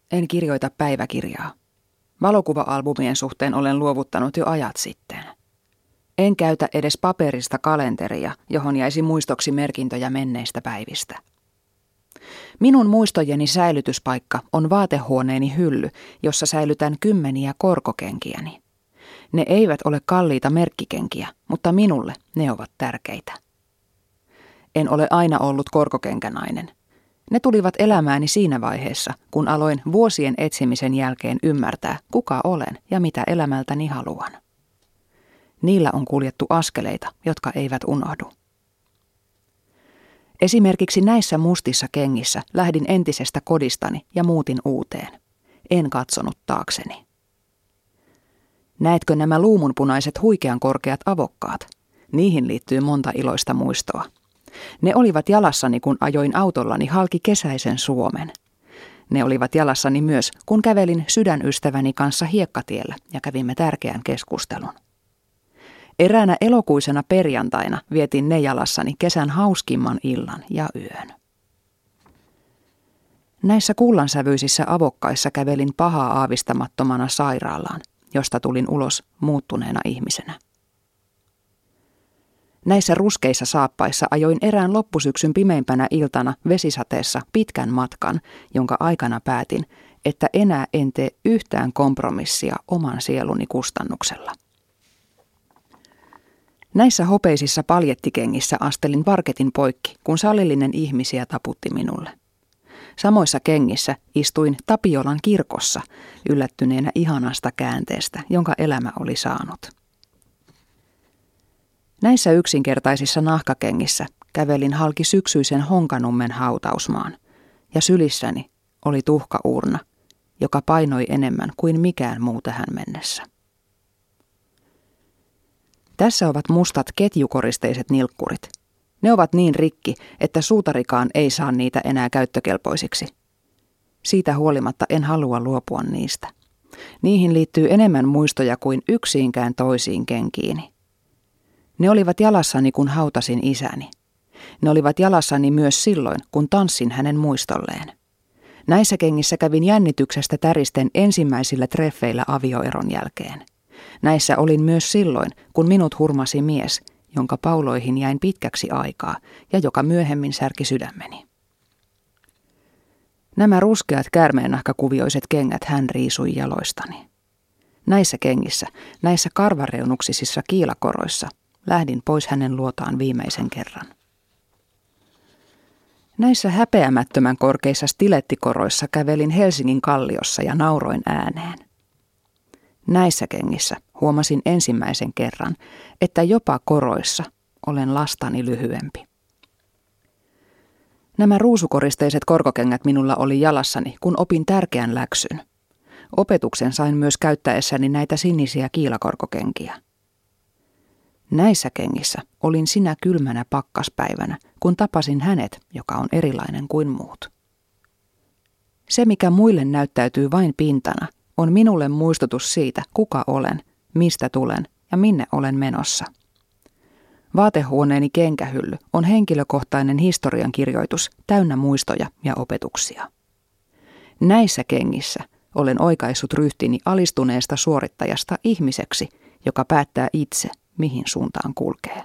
En kirjoita päiväkirjaa. Valokuva-albumien suhteen olen luovuttanut jo ajat sitten. En käytä edes paperista kalenteria, johon jäisi muistoksi merkintöjä menneistä päivistä. Minun muistojeni säilytyspaikka on vaatehuoneeni hylly, jossa säilytän kymmeniä korkokenkiäni. Ne eivät ole kalliita merkkikenkiä, mutta minulle ne ovat tärkeitä. En ole aina ollut korkokenkänainen. Ne tulivat elämääni siinä vaiheessa, kun aloin vuosien etsimisen jälkeen ymmärtää, kuka olen ja mitä elämältäni haluan. Niillä on kuljettu askeleita, jotka eivät unohdu. Esimerkiksi näissä mustissa kengissä lähdin entisestä kodistani ja muutin uuteen. En katsonut taakseni. Näetkö nämä luumunpunaiset huikean korkeat avokkaat? Niihin liittyy monta iloista muistoa. Ne olivat jalassani, kun ajoin autollani halki kesäisen Suomen. Ne olivat jalassani myös, kun kävelin sydänystäväni kanssa hiekkatiellä ja kävimme tärkeän keskustelun. Eräänä elokuisena perjantaina vietin ne jalassani kesän hauskimman illan ja yön. Näissä kullansävyisissä avokkaissa kävelin pahaa aavistamattomana sairaalaan, josta tulin ulos muuttuneena ihmisenä. Näissä ruskeissa saappaissa ajoin erään loppusyksyn pimeimpänä iltana vesisateessa pitkän matkan, jonka aikana päätin, että enää en tee yhtään kompromissia oman sieluni kustannuksella. Näissä hopeisissa paljettikengissä astelin parketin poikki, kun salillinen ihmisiä taputti minulle. Samoissa kengissä istuin Tapiolan kirkossa, yllättyneenä ihanasta käänteestä, jonka elämä oli saanut. Näissä yksinkertaisissa nahkakengissä kävelin halki syksyisen Honkanummen hautausmaan, ja sylissäni oli tuhkauurna, joka painoi enemmän kuin mikään muu tähän mennessä. Tässä ovat mustat ketjukoristeiset nilkkurit. Ne ovat niin rikki, että suutarikaan ei saa niitä enää käyttökelpoisiksi. Siitä huolimatta en halua luopua niistä. Niihin liittyy enemmän muistoja kuin yksiinkään toisiin kenkiini. Ne olivat jalassani, kun hautasin isäni. Ne olivat jalassani myös silloin, kun tanssin hänen muistolleen. Näissä kengissä kävin jännityksestä täristen ensimmäisillä treffeillä avioeron jälkeen. Näissä olin myös silloin, kun minut hurmasi mies, jonka pauloihin jäin pitkäksi aikaa ja joka myöhemmin särki sydämeni. Nämä ruskeat käärmeennahkakuvioiset kengät hän riisui jaloistani. Näissä kengissä, näissä karvareunuksisissa kiilakoroissa, lähdin pois hänen luotaan viimeisen kerran. Näissä häpeämättömän korkeissa stilettikoroissa kävelin Helsingin kalliossa ja nauroin ääneen. Näissä kengissä huomasin ensimmäisen kerran, että jopa koroissa olen lastani lyhyempi. Nämä ruusukoristeiset korkokengät minulla oli jalassani, kun opin tärkeän läksyn. Opetuksen sain myös käyttäessäni näitä sinisiä kiilakorkokenkiä. Näissä kengissä olin sinä kylmänä pakkaspäivänä, kun tapasin hänet, joka on erilainen kuin muut. Se, mikä muille näyttäytyy vain pintana, on minulle muistutus siitä, kuka olen, mistä tulen ja minne olen menossa. Vaatehuoneeni kenkähylly on henkilökohtainen historiankirjoitus täynnä muistoja ja opetuksia. Näissä kengissä olen oikaissut ryhtini alistuneesta suorittajasta ihmiseksi, joka päättää itse, mihin suuntaan kulkee.